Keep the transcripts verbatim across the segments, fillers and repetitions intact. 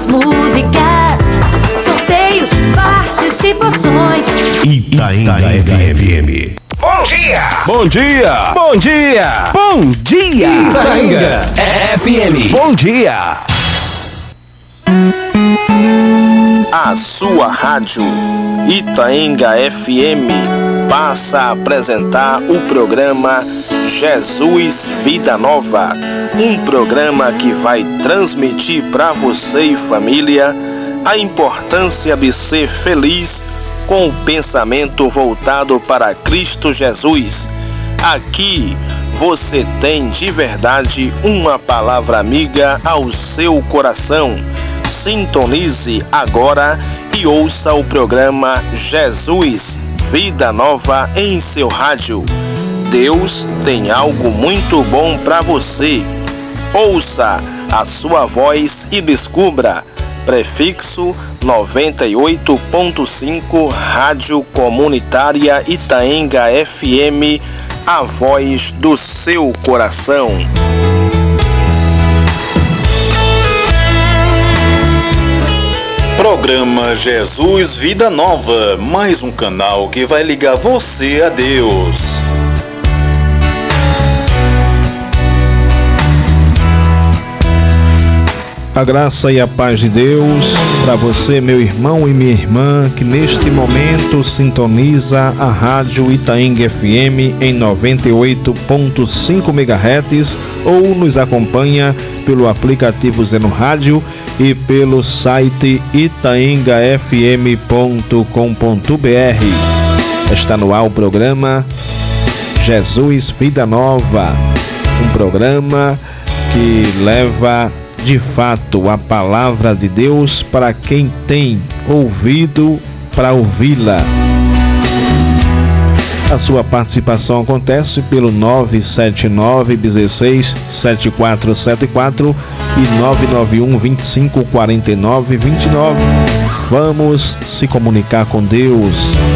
boas músicas, sorteios, participações. Itaenga F M. Bom dia! Bom dia! Bom dia! Bom dia! Itaenga F M. Bom dia! A sua rádio Itaenga F M passa a apresentar o programa Jesus Vida Nova, um programa que vai transmitir para você e família a importância de ser feliz com o pensamento voltado para Cristo Jesus. Aqui você tem de verdade uma palavra amiga ao seu coração. Sintonize agora e ouça o programa Jesus Vida Nova em seu rádio. Deus tem algo muito bom para você. Ouça a sua voz e descubra. Prefixo noventa e oito ponto cinco, Rádio Comunitária Itaenga F M, a voz do seu coração. Programa Jesus Vida Nova, mais um canal que vai ligar você a Deus. A graça e a paz de Deus para você, meu irmão e minha irmã, que neste momento sintoniza a Rádio Itaenga F M em noventa e oito ponto cinco megahertz ou nos acompanha pelo aplicativo Zeno Rádio e pelo site itaenga f m ponto com ponto b r. Está no ar o programa Jesus Vida Nova, um programa que leva de fato a palavra de Deus para quem tem ouvido para ouvi-la. A sua participação acontece pelo nove sete nove, um seis, sete quatro sete quatro e nove nove um, vinte e cinco, quarenta e nove, vinte e nove. Vamos se comunicar com Deus.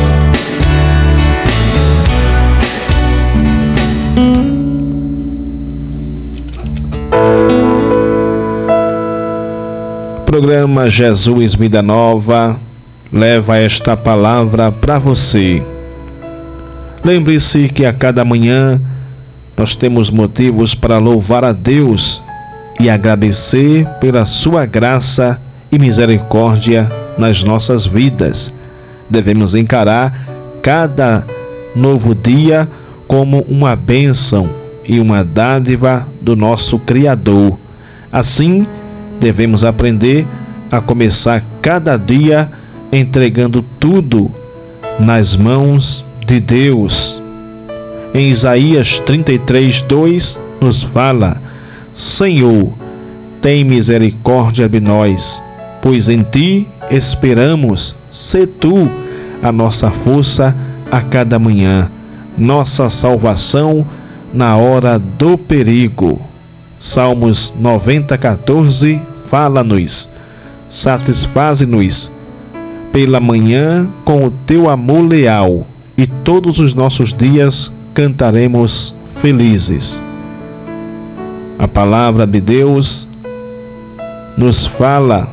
O programa Jesus Vida Nova leva esta palavra para você. Lembre-se que a cada manhã nós temos motivos para louvar a Deus e agradecer pela sua graça e misericórdia nas nossas vidas. Devemos encarar cada novo dia como uma bênção e uma dádiva do nosso Criador. Assim, devemos aprender a começar cada dia entregando tudo nas mãos de Deus. Em Isaías trinta e três, dois nos fala: Senhor, tem misericórdia de nós, pois em ti esperamos. Sê tu a nossa força a cada manhã, nossa salvação na hora do perigo. Salmos noventa, quatorze fala-nos: satisfaze-nos pela manhã com o teu amor leal, e todos os nossos dias cantaremos felizes. A palavra de Deus nos fala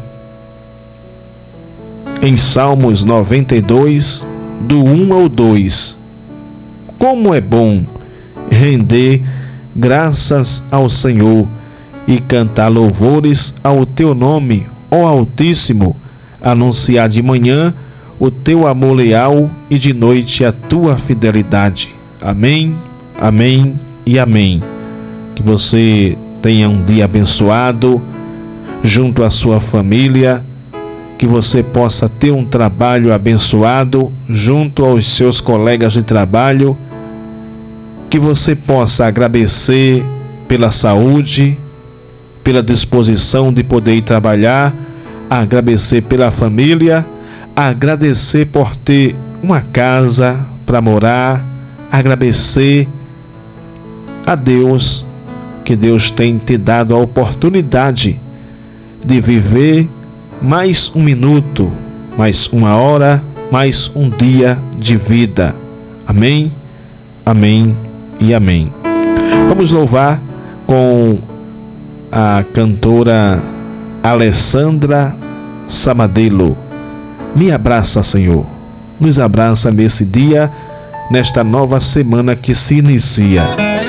em Salmos noventa e dois, do um ao dois: como é bom render graças ao Senhor e cantar louvores ao teu nome, ó Altíssimo, anunciar de manhã o teu amor leal e de noite a tua fidelidade. Amém, amém e amém. Que você tenha um dia abençoado junto à sua família, que você possa ter um trabalho abençoado junto aos seus colegas de trabalho, que você possa agradecer pela saúde, pela disposição de poder ir trabalhar, agradecer pela família, agradecer por ter uma casa para morar, agradecer a Deus, que Deus tem te dado a oportunidade de viver mais um minuto, mais uma hora, mais um dia de vida. Amém, amém e amém. Vamos louvar com a cantora Alessandra Samadelo. Me abraça, Senhor. Nos abraça nesse dia, nesta nova semana que se inicia.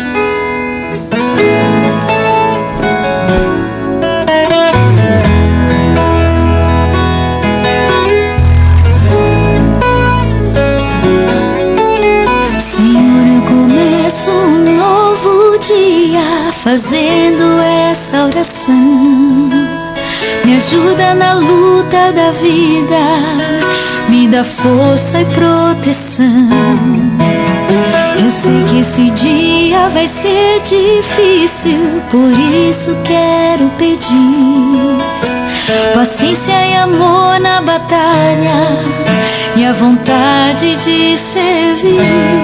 Fazendo essa oração, me ajuda na luta da vida, me dá força e proteção. Eu sei que esse dia vai ser difícil, por isso quero pedir paciência e amor na batalha e a vontade de servir.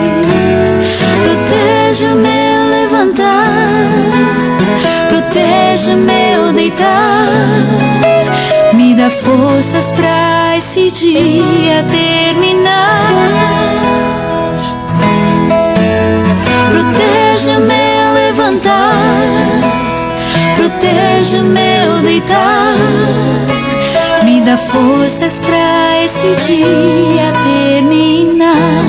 Protege o meu levantar, protege o meu deitar, me dá forças pra esse dia terminar. Protege o meu levantar, protege o meu deitar, me dá forças pra esse dia terminar.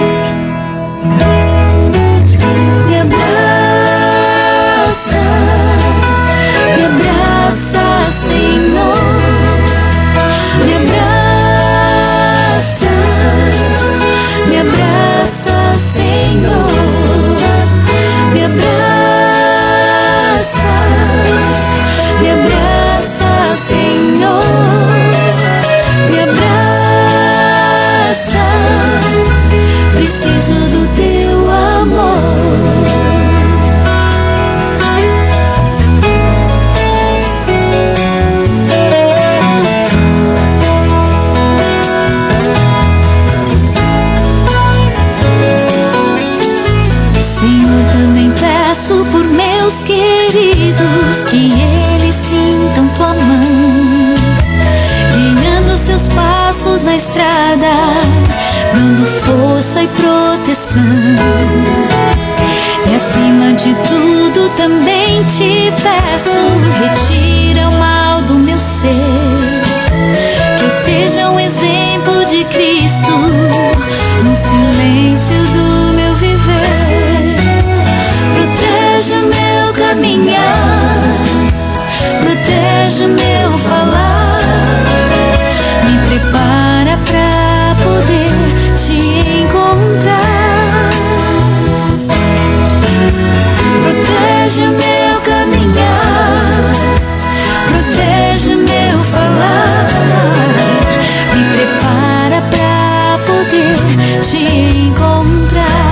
Me abraça, me abraça, Senhor. Me abraça, me abraça, Senhor. Me abraça, me abraça, Senhor. Me abraça, preciso do teu amor. Por meus queridos, que eles sintam tua mão, guiando seus passos na estrada, dando força e proteção. E acima de tudo também te peço, retira o mal do meu ser, que eu seja um exemplo de Cristo no silêncio do meu viver. Protege o meu caminhar, protege o meu falar, me prepara pra poder te encontrar. Protege o meu caminhar, protege o meu falar, me prepara pra poder te encontrar.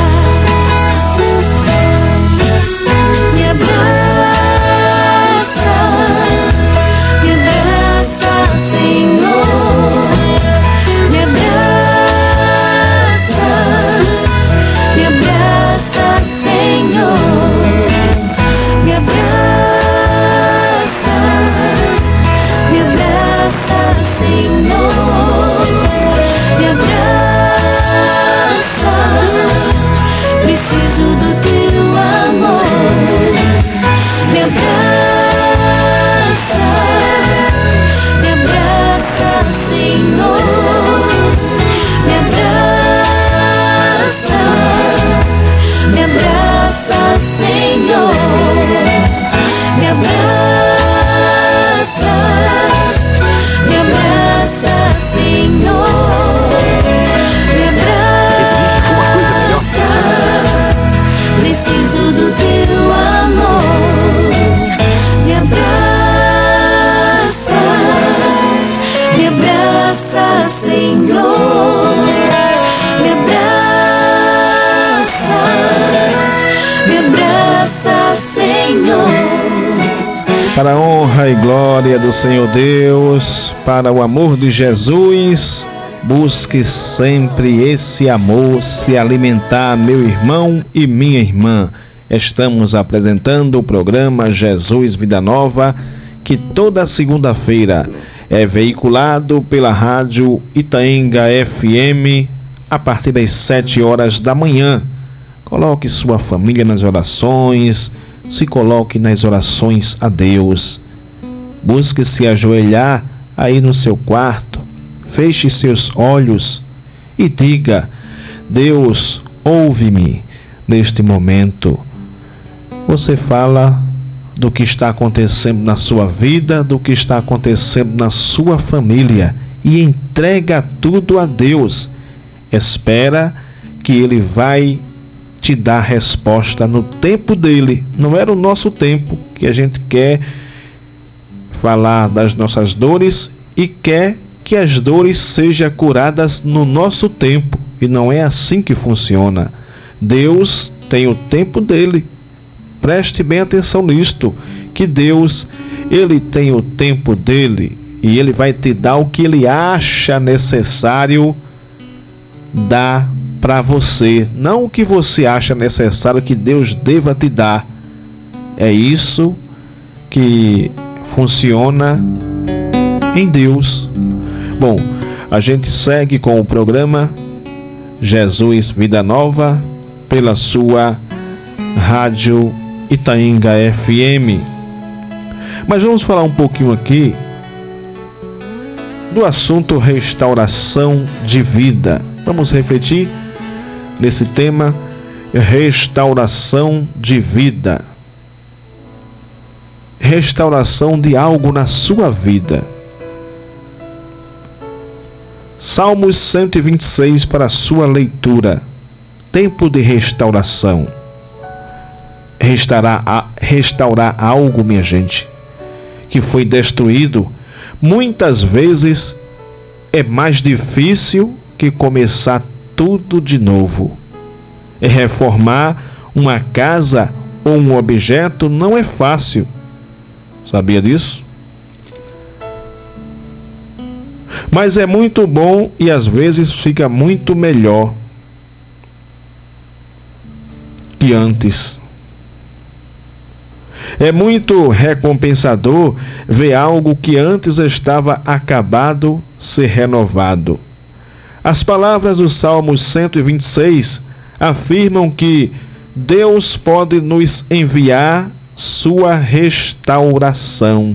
Me abraça, me abraça, Senhor. Me abraça, me abraça, Senhor. Me abraça, me abraça, Senhor. Me abraça, preciso do teu amor. Me abraça, me abraça, Senhor. Me abraça, me abraça, Senhor. Me abraça, me abraça, Senhor. Me abraça, preciso do teu amor. Me abraça, me abraça, Senhor. Me abraça, me abraça, Senhor. Para a honra e glória do Senhor Deus, para o amor de Jesus, busque sempre esse amor se alimentar, meu irmão e minha irmã. Estamos apresentando o programa Jesus Vida Nova, que toda segunda-feira é veiculado pela rádio Itaenga F M a partir das sete horas da manhã. Coloque sua família nas orações, se coloque nas orações a Deus. Busque se ajoelhar aí no seu quarto, feche seus olhos e diga: Deus, ouve-me neste momento. Você fala do que está acontecendo na sua vida, do que está acontecendo na sua família e entrega tudo a Deus. Espera que Ele vai te dar resposta no tempo dele. Não era o nosso tempo, que a gente quer falar das nossas dores e quer que as dores sejam curadas no nosso tempo. E não é assim que funciona. Deus tem o tempo dele. Preste bem atenção nisto, que Deus, Ele tem o tempo dele e Ele vai te dar o que Ele acha necessário dar para você, não o que você acha necessário que Deus deva te dar. É isso que funciona em Deus. Bom, a gente segue com o programa Jesus Vida Nova pela sua Rádio Itaenga F M. Mas vamos falar um pouquinho aqui do assunto restauração de vida. Vamos refletir nesse tema, restauração de vida. Restauração de algo na sua vida. Salmos cento e vinte e seis para a sua leitura. Tempo de restauração. Restaurar, restaurar algo, minha gente, que foi destruído, muitas vezes é mais difícil que começar tudo de novo. É reformar uma casa ou um objeto não é fácil. Sabia disso? Mas é muito bom e às vezes fica muito melhor que antes. É muito recompensador ver algo que antes estava acabado ser renovado. As palavras do Salmo cento e vinte e seis afirmam que Deus pode nos enviar sua restauração.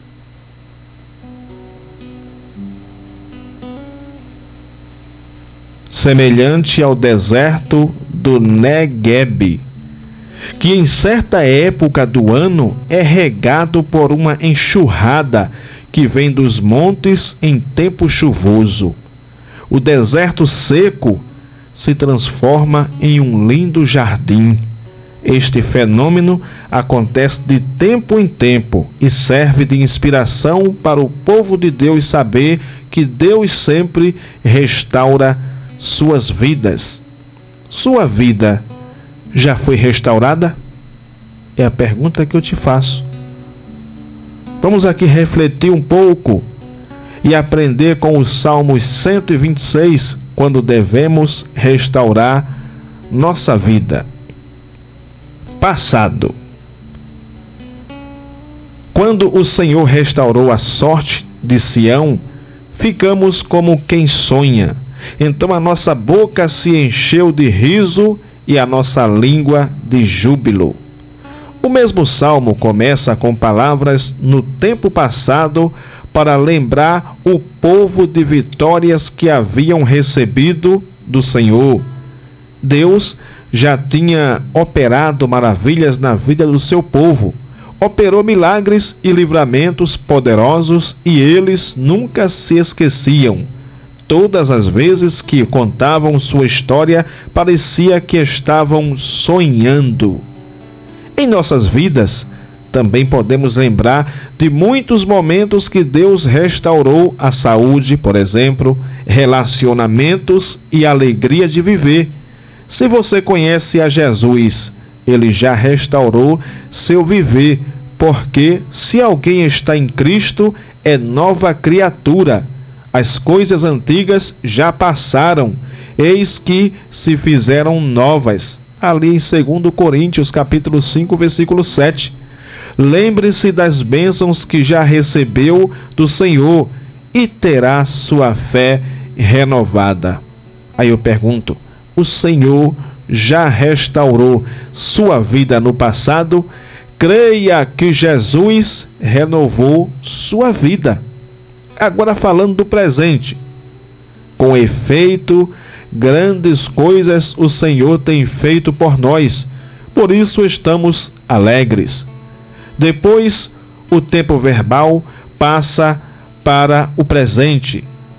Semelhante ao deserto do Negueb, que em certa época do ano é regado por uma enxurrada que vem dos montes em tempo chuvoso. O deserto seco se transforma em um lindo jardim. Este fenômeno acontece de tempo em tempo e serve de inspiração para o povo de Deus saber que Deus sempre restaura suas vidas. Sua vida já foi restaurada? É a pergunta que eu te faço. Vamos aqui refletir um pouco e aprender com os Salmos cento e vinte e seis, quando devemos restaurar nossa vida. Passado. Quando o Senhor restaurou a sorte de Sião, ficamos como quem sonha. Então a nossa boca se encheu de riso e a nossa língua de júbilo. O mesmo salmo começa com palavras no tempo passado para lembrar o povo de vitórias que haviam recebido do Senhor. Deus já tinha operado maravilhas na vida do seu povo. Operou milagres e livramentos poderosos e eles nunca se esqueciam. Todas as vezes que contavam sua história, parecia que estavam sonhando. Em nossas vidas, também podemos lembrar de muitos momentos que Deus restaurou a saúde, por exemplo, relacionamentos e alegria de viver. Se você conhece a Jesus, Ele já restaurou seu viver, porque se alguém está em Cristo, é nova criatura. As coisas antigas já passaram, eis que se fizeram novas. Ali em dois Coríntios, capítulo cinco, versículo sete. Lembre-se das bênçãos que já recebeu do Senhor e terá sua fé renovada. Aí eu pergunto, o Senhor já restaurou sua vida no passado? Creia que Jesus renovou sua vida. Agora falando do presente. Com efeito, grandes coisas o Senhor tem feito por nós, por isso estamos alegres. Depois, o tempo verbal passa para o presente,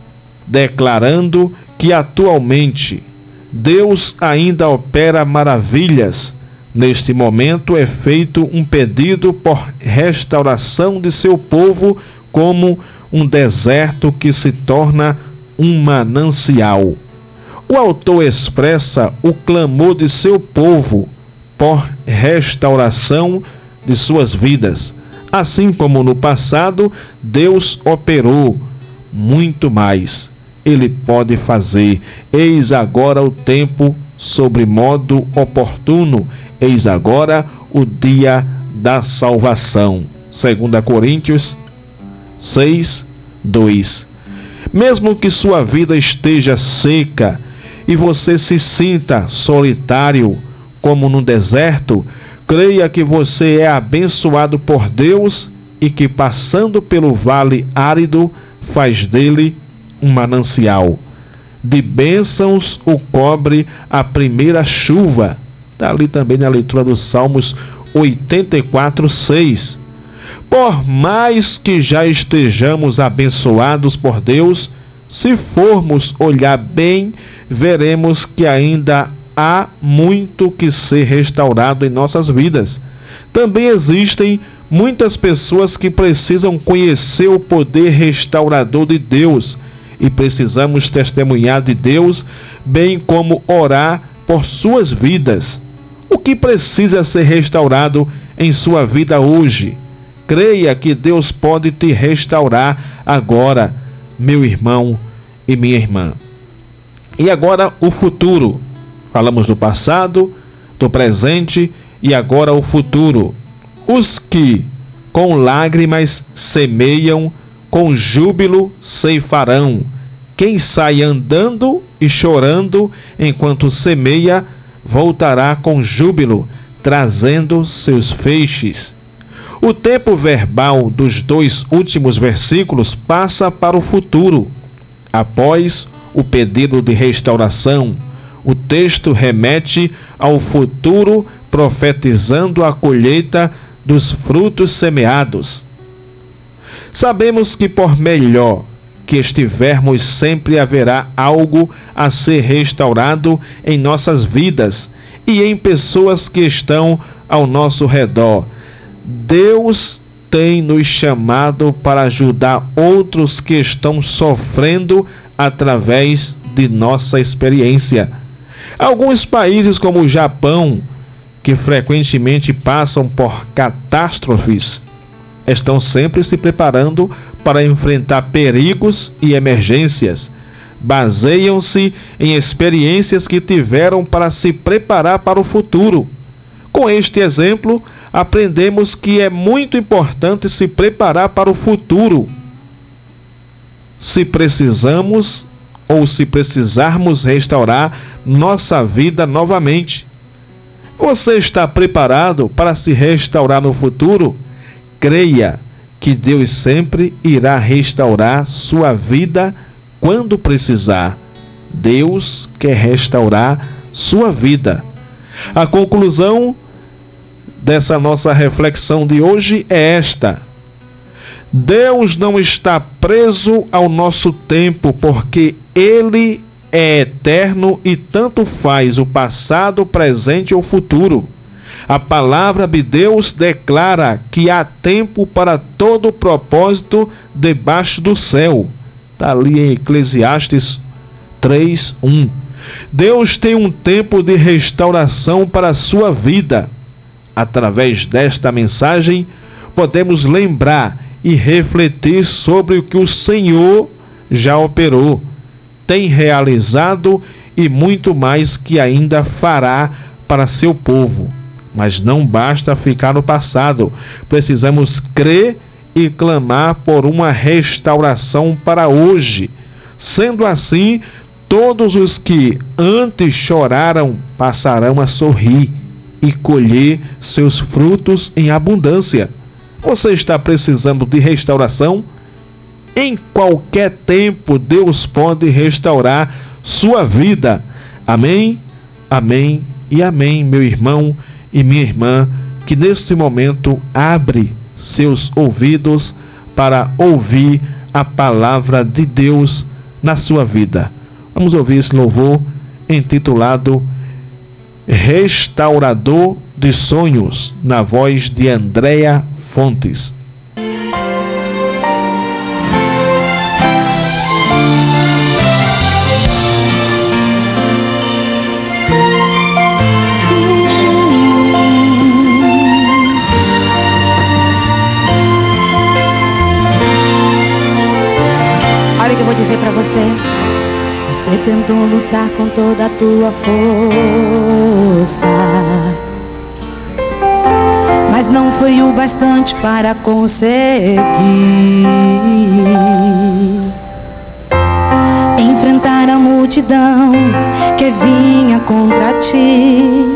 declarando que atualmente Deus ainda opera maravilhas. Neste momento é feito um pedido por restauração de seu povo, como um deserto que se torna um manancial. O autor expressa o clamor de seu povo por restauração de suas vidas. Assim como no passado, Deus operou muito mais. Ele pode fazer. Eis agora o tempo sobre modo oportuno. Eis agora o dia da salvação. Segunda Coríntios seis, dois. Mesmo que sua vida esteja seca e você se sinta solitário como no deserto, creia que você é abençoado por Deus e que, passando pelo vale árido, faz dele um manancial. De bênçãos o cobre a primeira chuva. Está ali também na leitura dos Salmos oitenta e quatro, seis. Por mais que já estejamos abençoados por Deus, se formos olhar bem, veremos que ainda há muito que ser restaurado em nossas vidas. Também existem muitas pessoas que precisam conhecer o poder restaurador de Deus e precisamos testemunhar de Deus, bem como orar por suas vidas. O que precisa ser restaurado em sua vida hoje? Creia que Deus pode te restaurar agora, meu irmão e minha irmã. E agora o futuro. Falamos do passado, do presente e agora o futuro. Os que com lágrimas semeiam, com júbilo ceifarão. Quem sai andando e chorando enquanto semeia, voltará com júbilo, trazendo seus feixes. O tempo verbal dos dois últimos versículos passa para o futuro. Após o pedido de restauração, o texto remete ao futuro, profetizando a colheita dos frutos semeados. Sabemos que por melhor que estivermos, sempre haverá algo a ser restaurado em nossas vidas e em pessoas que estão ao nosso redor. Deus tem nos chamado para ajudar outros que estão sofrendo através de nossa experiência. Alguns países, como o Japão, que frequentemente passam por catástrofes, estão sempre se preparando para enfrentar perigos e emergências. Baseiam-se em experiências que tiveram para se preparar para o futuro. Com este exemplo, aprendemos que é muito importante se preparar para o futuro. Se precisamos ou se precisarmos restaurar nossa vida novamente. Você está preparado para se restaurar no futuro? Creia que Deus sempre irá restaurar sua vida quando precisar. Deus quer restaurar sua vida. A conclusão dessa nossa reflexão de hoje é esta: Deus não está preso ao nosso tempo, porque Ele é eterno e tanto faz o passado, o presente ou o futuro. A palavra de Deus declara que há tempo para todo propósito debaixo do céu. Está ali em Eclesiastes três, um. Deus tem um tempo de restauração para a sua vida. Através desta mensagem, podemos lembrar e refletir sobre o que o Senhor já operou, tem realizado e muito mais que ainda fará para seu povo. Mas não basta ficar no passado. Precisamos crer e clamar por uma restauração para hoje. Sendo assim, todos os que antes choraram passarão a sorrir e colher seus frutos em abundância. Você está precisando de restauração? Em qualquer tempo, Deus pode restaurar sua vida. Amém? Amém e amém, meu irmão e minha irmã, que neste momento abre seus ouvidos para ouvir a palavra de Deus na sua vida. Vamos ouvir esse louvor intitulado Restaurador de Sonhos, na voz de Andréa Fontes. Olha o que eu vou dizer pra você. Você tentou lutar com toda a tua força, mas não foi o bastante para conseguir enfrentar a multidão que vinha contra ti.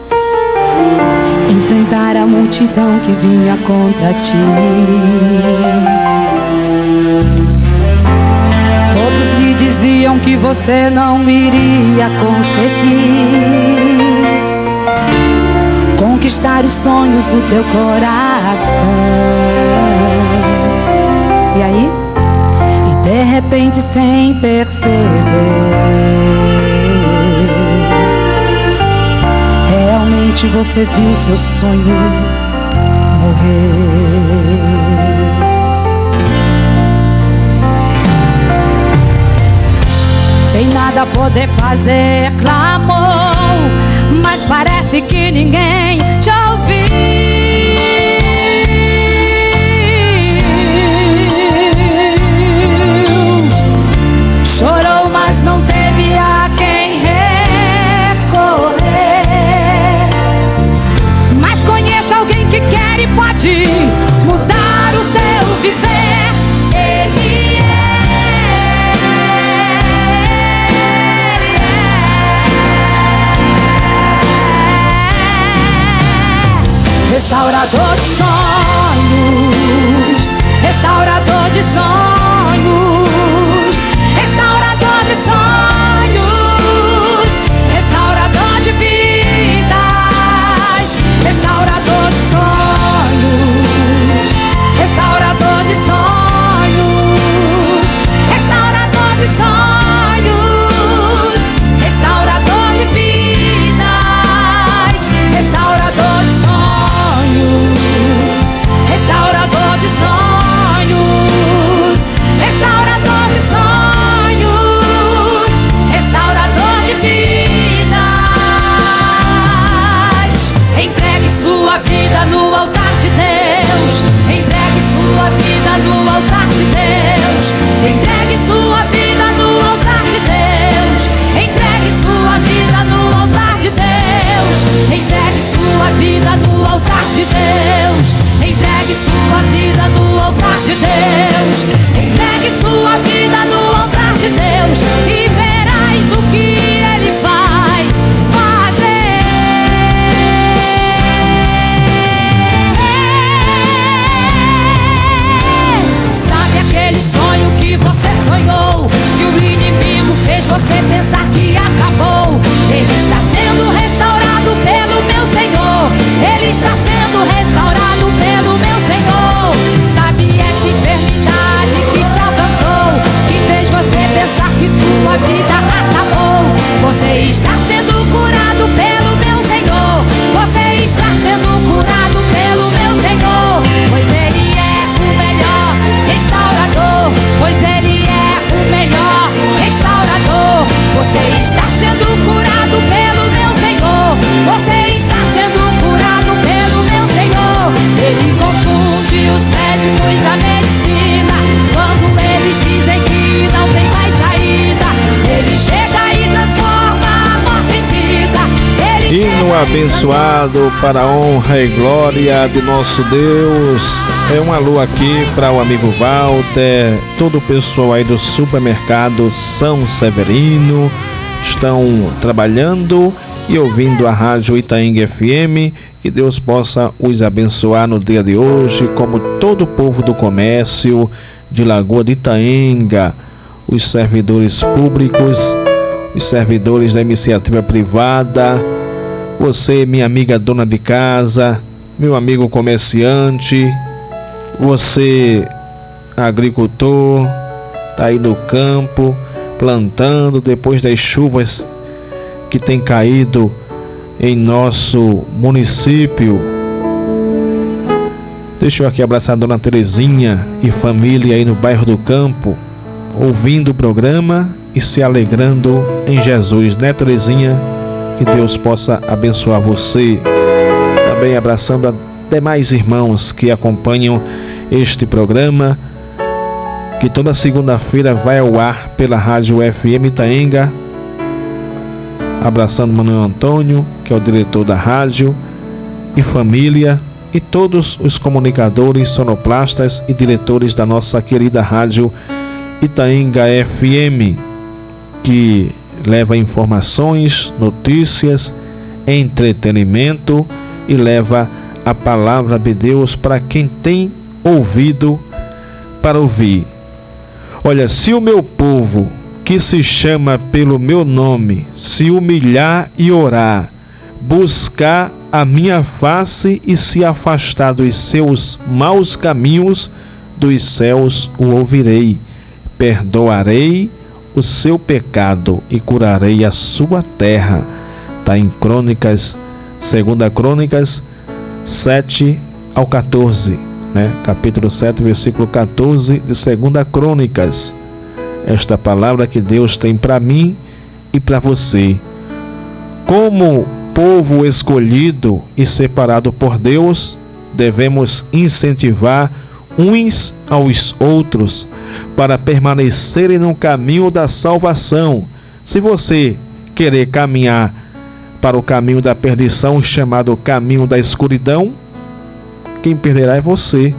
Enfrentar a multidão que vinha contra ti. Todos lhe diziam que você não iria conseguir conquistar os sonhos do teu coração. E aí? E de repente, sem perceber, realmente você viu seu sonho morrer. Sem nada poder fazer, clamou, mas parece que ninguém te ouviu. Chorou, mas não teve a quem recorrer. Mas conheço alguém que quer e pode mudar o teu viver. Ele é restaurador de sonhos, restaurador de sonhos, restaurador de sonhos, restaurador de vidas, restaurador de sonhos, restaurador de sonhos, restaurador de sonhos, restaurador de vidas, restaurador de sonhos. Restaurador de sonhos, restaurador de sonhos, restaurador de vidas. Entregue sua vida no altar de Deus. Entregue sua vida no altar de Deus. Entregue sua vida no altar de Deus. Entregue sua vida no altar de Deus. Entregue sua vida no altar de Deus. Entregue sua vida no altar de Deus. Entregue sua vida no altar de Deus e verás o que Ele vai fazer. Sabe aquele sonho que você sonhou, que o inimigo fez você pensar que acabou? Ele está sendo restaurado pelo meu Senhor. Ele está sendo restaurado pelo meu Senhor. Sabe esta enfermidade que te alcançou, que fez você pensar que tua vida acabou? Você está sendo curado pelo meu Senhor. Você está sendo curado pelo meu Senhor. Pois Ele é o melhor restaurador. Pois Ele é o melhor restaurador. Você está sendo curado pelo meu Senhor. Você está sendo curado pelo meu Senhor. Ele confunde os médicos, a medicina, quando eles dizem que não tem mais saída. Ele chega e transforma a morte em vida. Ele Hino abençoado para a honra e glória de nosso Deus. É um alô aqui para o amigo Walter, todo o pessoal aí do supermercado São Severino. Estão trabalhando e ouvindo a Rádio Itaenga F M. Que Deus possa os abençoar no dia de hoje, como todo o povo do comércio, de Lagoa de Itaenga, os servidores públicos, os servidores da iniciativa privada, você, minha amiga dona de casa, meu amigo comerciante, você, agricultor, tá aí no campo, plantando depois das chuvas que tem caído em nosso município. Deixa eu aqui abraçar a dona Terezinha e família aí no bairro do Campo, ouvindo o programa e se alegrando em Jesus, né, Terezinha? Que Deus possa abençoar você. Também abraçando a demais irmãos que acompanham este programa, que toda segunda-feira vai ao ar pela Rádio F M Itaenga. Abraçando Manuel Antônio, que é o diretor da rádio, e família, e todos os comunicadores, sonoplastas e diretores da nossa querida rádio Itaenga F M, que leva informações, notícias, entretenimento e leva a palavra de Deus para quem tem ouvido para ouvir. Olha, se o meu povo, que se chama pelo meu nome, se humilhar e orar, buscar a minha face e se afastar dos seus maus caminhos, dos céus o ouvirei, perdoarei o seu pecado e curarei a sua terra. Está em Crônicas, segunda Crônicas sete ao quatorze, né? Capítulo sete, versículo quatorze de segunda Crônicas. Esta palavra que Deus tem para mim e para você. Como povo escolhido e separado por Deus, devemos incentivar uns aos outros para permanecerem no caminho da salvação. Se você querer caminhar para o caminho da perdição, chamado caminho da escuridão, quem perderá é você.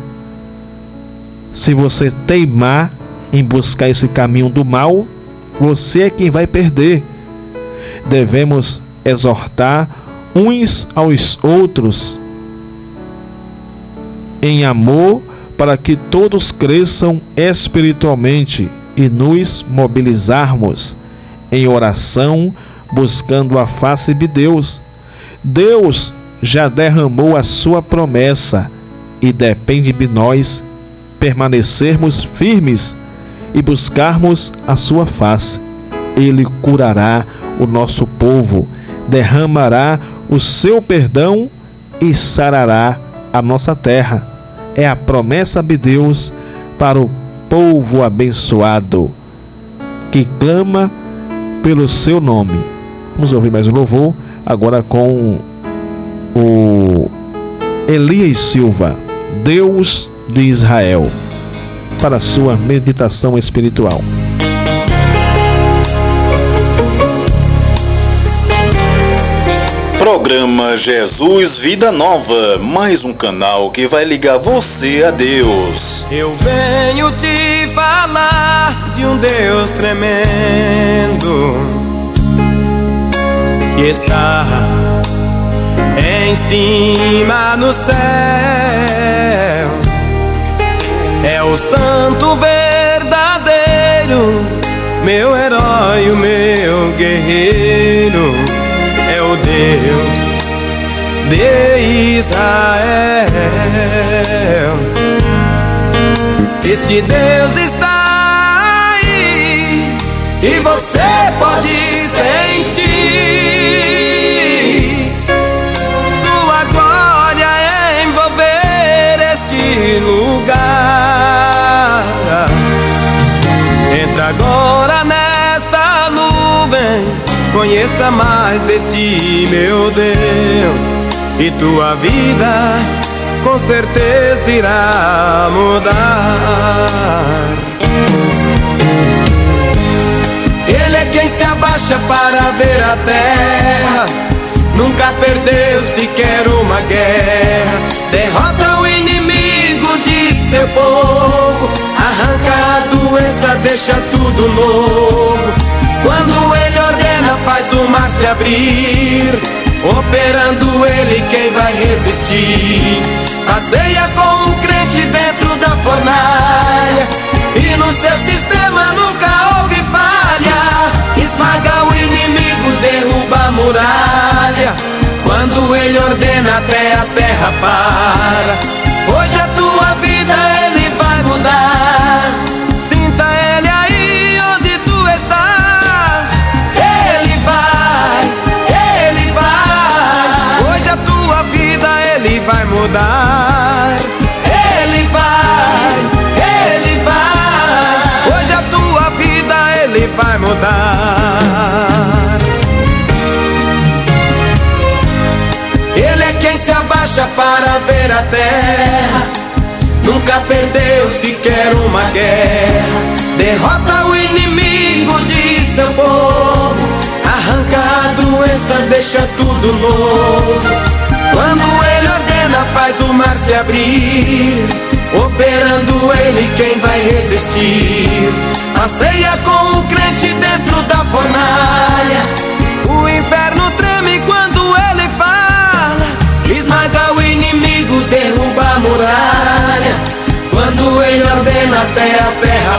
Se você teimar em buscar esse caminho do mal, você é quem vai perder. Devemos exortar uns aos outros em amor, para que todos cresçam espiritualmente e nos mobilizarmos em oração, buscando a face de Deus. Deus já derramou a sua promessa e depende de nós permanecermos firmes e buscarmos a sua face. Ele curará o nosso povo, derramará o seu perdão e sarará a nossa terra. É a promessa de Deus para o povo abençoado que clama pelo seu nome. Vamos ouvir mais um louvor agora com o Elias Silva, Deus de Israel, para a sua meditação espiritual. Programa Jesus Vida Nova, mais um canal que vai ligar você a Deus. Eu venho te falar de um Deus tremendo que está em cima no céu. É o santo verdadeiro, meu herói, o meu guerreiro. É o Deus de Israel. Este Deus está aí e você pode sentir sua glória envolver este lugar. Entra agora nesta nuvem, conheça mais deste meu Deus, e tua vida com certeza irá mudar. Ele é quem se abaixa para ver a terra, nunca perdeu sequer uma guerra. Derrota o inimigo de seu povo, arranca a doença, deixa tudo novo. Quando ele ordena, faz o mar se abrir, operando ele, quem vai resistir? Passeia com o crente dentro da fornalha, E no seu sistema nunca houve falha. Esmaga o inimigo, derruba a muralha. Quando ele ordena até a terra para. Hoje a tua vida ele vai mudar. Sinta ele aí onde tu estás. Ele vai, ele vai. Hoje a tua vida ele vai mudar. Ele vai, ele vai. Hoje a tua vida ele vai mudar. Ele é quem se abaixa para ver a terra. Nunca perdeu sequer uma guerra. Derrota o inimigo de seu povo. Arranca a doença, deixa tudo novo. Quando ele ordena, faz o mar se abrir. Operando ele, quem vai resistir? Passeia com o crente dentro da fornalha. O inferno treme quando ele fala. Esmaga o inimigo, derruba a muralha. Quando ele ordena até a terra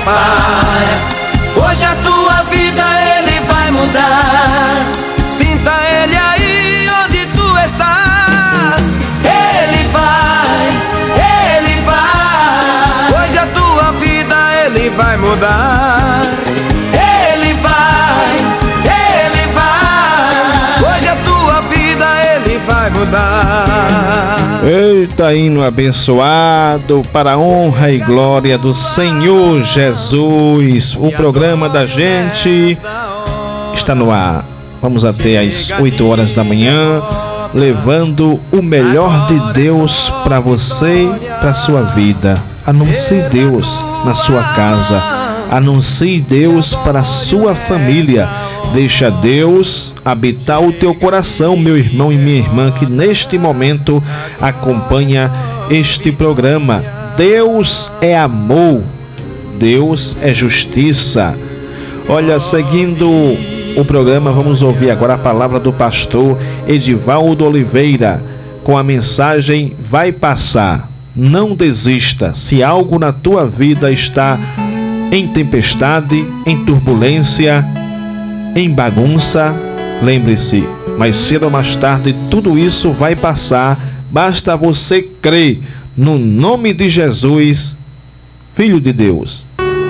para. Hoje a tua vida ele vai mudar. Sinta ele aí onde tu estás. Ele vai, ele vai. Hoje a tua vida ele vai mudar. Ele vai, ele vai. Hoje a tua vida ele vai mudar. Eita, hino abençoado para a honra e glória do Senhor Jesus. O programa da gente está no ar. Vamos até às oito horas da manhã, levando o melhor de Deus para você, para sua vida. Anuncie Deus na sua casa. Anuncie Deus para a sua família. Deixa Deus habitar o teu coração, meu irmão e minha irmã, que neste momento acompanha este programa. Deus é amor, Deus é justiça. Olha, seguindo o programa, vamos ouvir agora a palavra do pastor Edivaldo Oliveira, com a mensagem Vai Passar. Não desista. Se algo na tua vida está em tempestade, em turbulência, em bagunça, lembre-se, mais cedo ou mais tarde tudo isso vai passar. Basta você crer no nome de Jesus, Filho de Deus.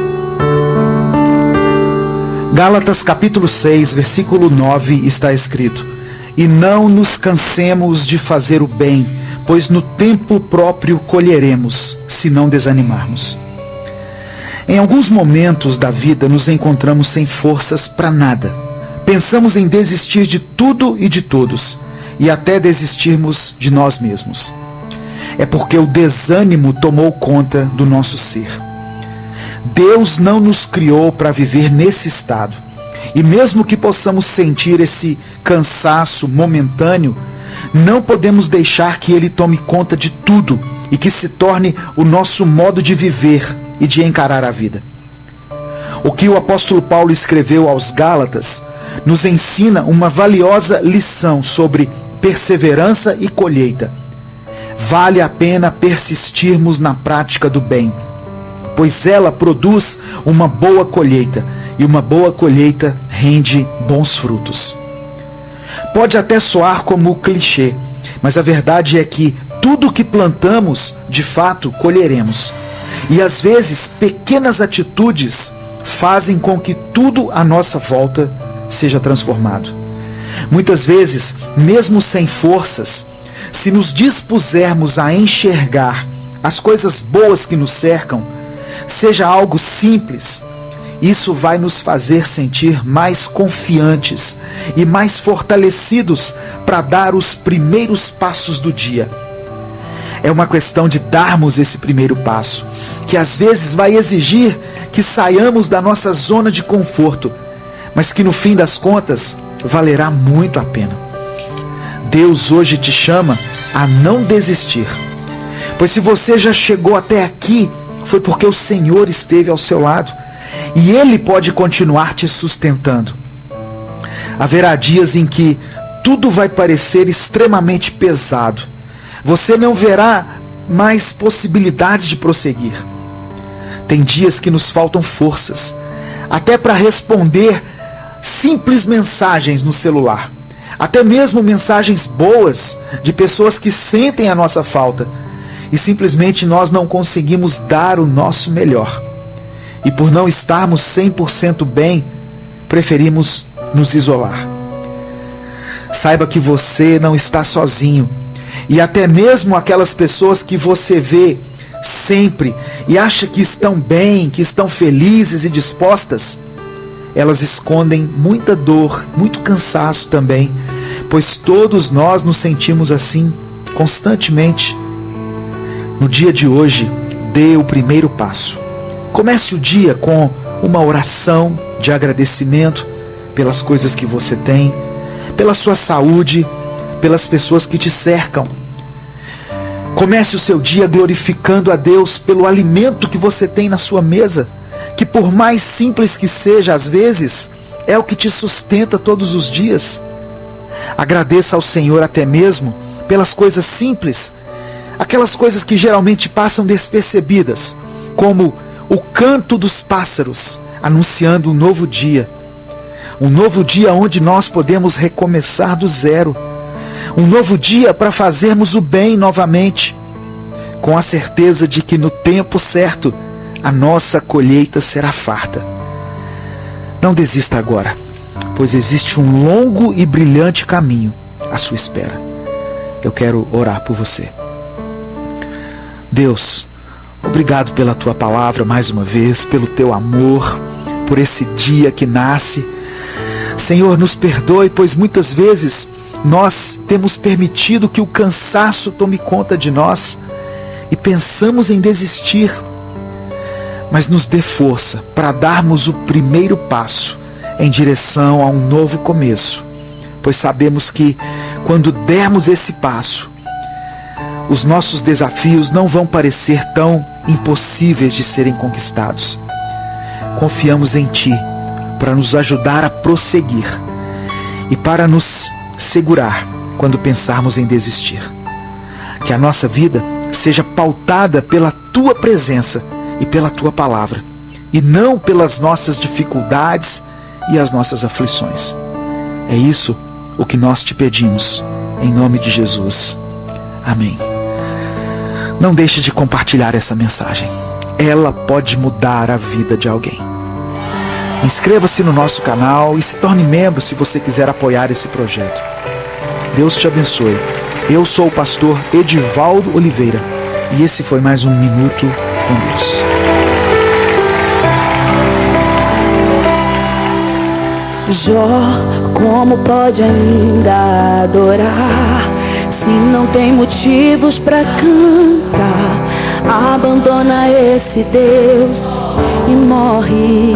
Gálatas capítulo seis, versículo nove está escrito: E não nos cansemos de fazer o bem, pois no tempo próprio colheremos, se não desanimarmos. Em alguns momentos da vida nos encontramos sem forças para nada. Pensamos em desistir de tudo e de todos, e até desistirmos de nós mesmos. É porque o desânimo tomou conta do nosso ser. Deus não nos criou para viver nesse estado. E mesmo que possamos sentir esse cansaço momentâneo, não podemos deixar que ele tome conta de tudo e que se torne o nosso modo de viver e de encarar a vida. O que o apóstolo Paulo escreveu aos Gálatas nos ensina uma valiosa lição sobre perseverança e colheita. Vale a pena persistirmos na prática do bem, pois ela produz uma boa colheita, e uma boa colheita rende bons frutos. Pode até soar como clichê, mas a verdade é que tudo que plantamos, de fato, colheremos. E às vezes, pequenas atitudes fazem com que tudo à nossa volta seja transformado. Muitas vezes, mesmo sem forças, se nos dispusermos a enxergar as coisas boas que nos cercam, seja algo simples, isso vai nos fazer sentir mais confiantes e mais fortalecidos para dar os primeiros passos do dia. É uma questão de darmos esse primeiro passo, que às vezes vai exigir que saiamos da nossa zona de conforto, mas que no fim das contas valerá muito a pena. Deus hoje te chama a não desistir, pois se você já chegou até aqui, foi porque o Senhor esteve ao seu lado e Ele pode continuar te sustentando. Haverá dias em que tudo vai parecer extremamente pesado. Você não verá mais possibilidades de prosseguir. Tem dias que nos faltam forças, até para responder simples mensagens no celular. Até mesmo mensagens boas de pessoas que sentem a nossa falta. E simplesmente nós não conseguimos dar o nosso melhor. E por não estarmos cem por cento bem, preferimos nos isolar. Saiba que você não está sozinho. E até mesmo aquelas pessoas que você vê sempre e acha que estão bem, que estão felizes e dispostas, elas escondem muita dor, muito cansaço também, pois todos nós nos sentimos assim constantemente. No dia de hoje, dê o primeiro passo. Comece o dia com uma oração de agradecimento pelas coisas que você tem, pela sua saúde, pelas pessoas que te cercam. Comece o seu dia glorificando a Deus pelo alimento que você tem na sua mesa, que por mais simples que seja, às vezes, é o que te sustenta todos os dias. Agradeça ao Senhor até mesmo pelas coisas simples, aquelas coisas que geralmente passam despercebidas, como o canto dos pássaros, anunciando um novo dia. Um novo dia onde nós podemos recomeçar do zero. Um novo dia para fazermos o bem novamente, com a certeza de que no tempo certo a nossa colheita será farta. Não desista agora, pois existe um longo e brilhante caminho à sua espera. Eu quero orar por você. Deus, obrigado pela tua palavra mais uma vez, pelo teu amor, por esse dia que nasce. Senhor, nos perdoe, pois muitas vezes nós temos permitido que o cansaço tome conta de nós e pensamos em desistir. Mas nos dê força para darmos o primeiro passo em direção a um novo começo, pois sabemos que quando dermos esse passo, os nossos desafios não vão parecer tão impossíveis de serem conquistados. Confiamos em Ti para nos ajudar a prosseguir e para nos segurar quando pensarmos em desistir. Que a nossa vida seja pautada pela Tua presença e pela Tua palavra, e não pelas nossas dificuldades e as nossas aflições. É isso o que nós te pedimos, em nome de Jesus. Amém. Não deixe de compartilhar essa mensagem. Ela pode mudar a vida de alguém. Inscreva-se no nosso canal e se torne membro se você quiser apoiar esse projeto. Deus te abençoe. Eu sou o pastor Edivaldo Oliveira e esse foi mais um Minuto com Deus. Jó, como pode ainda adorar se não tem motivos pra cantar? Abandona esse Deus e morre.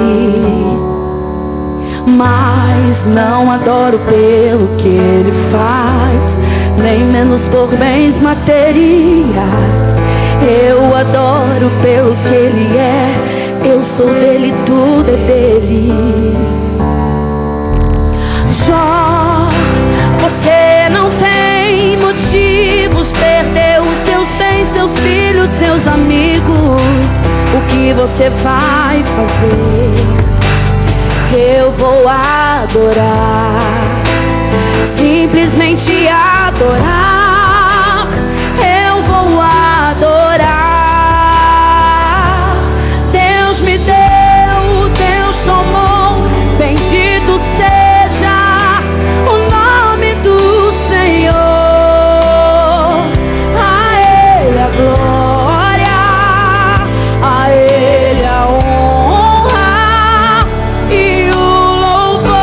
Mas não adoro pelo que ele faz, nem menos por bens materiais. Eu adoro pelo que ele é, eu sou dele, tudo é dele. Jó, você não tem motivos, perdeu os seus bens, seus filhos, seus amigos. O que você vai fazer? Eu vou adorar, simplesmente adorar. Eu vou adorar. Deus me deu, Deus tomou, bendito seja o nome do Senhor. A Ele a glória, a Ele a honra e o louvor.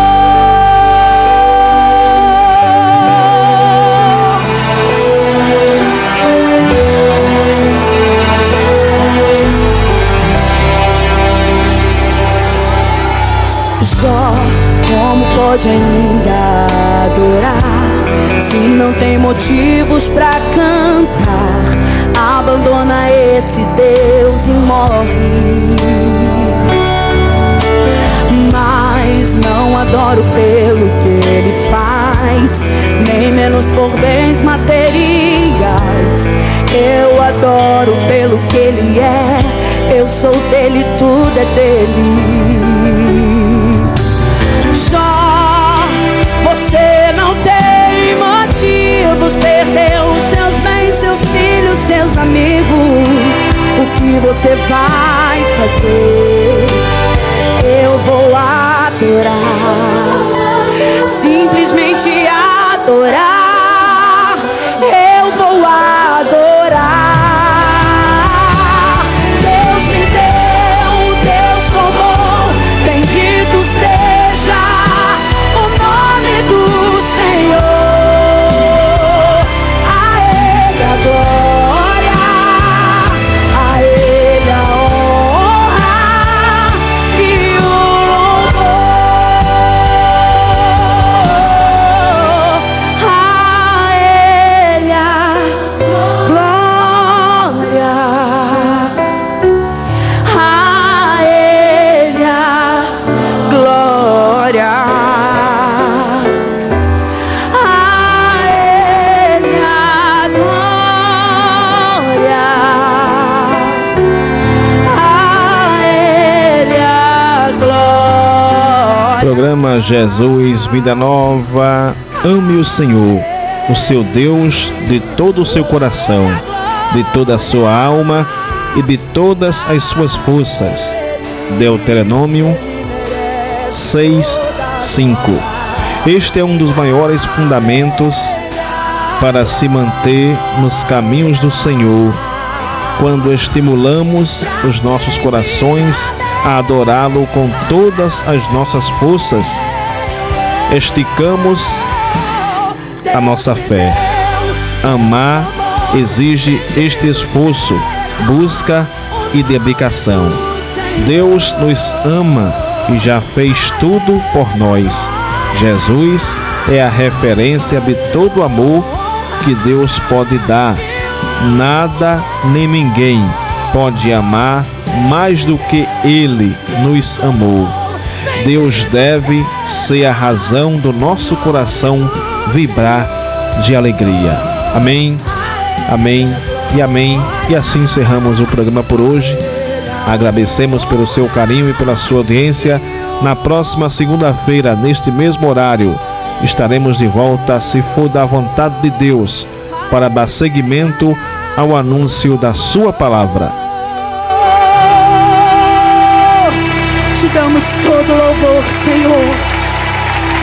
Jó, como pode ainda adorar se não tem motivos pra cantar? Abandona esse Deus e morre. Mas não adoro pelo que ele faz, nem menos por bens materiais. Eu adoro pelo que ele é, Eu sou dele, tudo é dele. Jó, você não tem motivos, perdeu seus bens, seus filhos, seus amigos. O que você vai fazer? Eu vou adorar, simplesmente adorar. Eu vou adorar. Deus me deu, Deus tomou. Bendito seja o nome do Senhor. A Ele a glória, a Ele a honra e o louvor. A Ele a glória, a Ele a glória, a Ele a glória, a Ele a glória. Programa Jesus Vida Nova. Ame o Senhor, o seu Deus, de todo o seu coração, de toda a sua alma e de todas as suas forças. Deuteronômio seis, cinco. Este é um dos maiores fundamentos para se manter nos caminhos do Senhor, quando estimulamos os nossos corações a adorá-lo com todas as nossas forças. Esticamos a nossa fé. Amar exige este esforço, busca e dedicação. Deus nos ama e já fez tudo por nós. Jesus é a referência de todo amor que Deus pode dar. Nada nem ninguém pode amar mais do que Ele nos amou. Deus deve ser a razão do nosso coração vibrar de alegria. Amém, amém e amém. E assim encerramos o programa por hoje. Agradecemos pelo seu carinho e pela sua audiência. Na próxima segunda-feira, neste mesmo horário, estaremos de volta, se for da vontade de Deus, para dar seguimento ao anúncio da sua palavra. Te damos todo louvor, Senhor.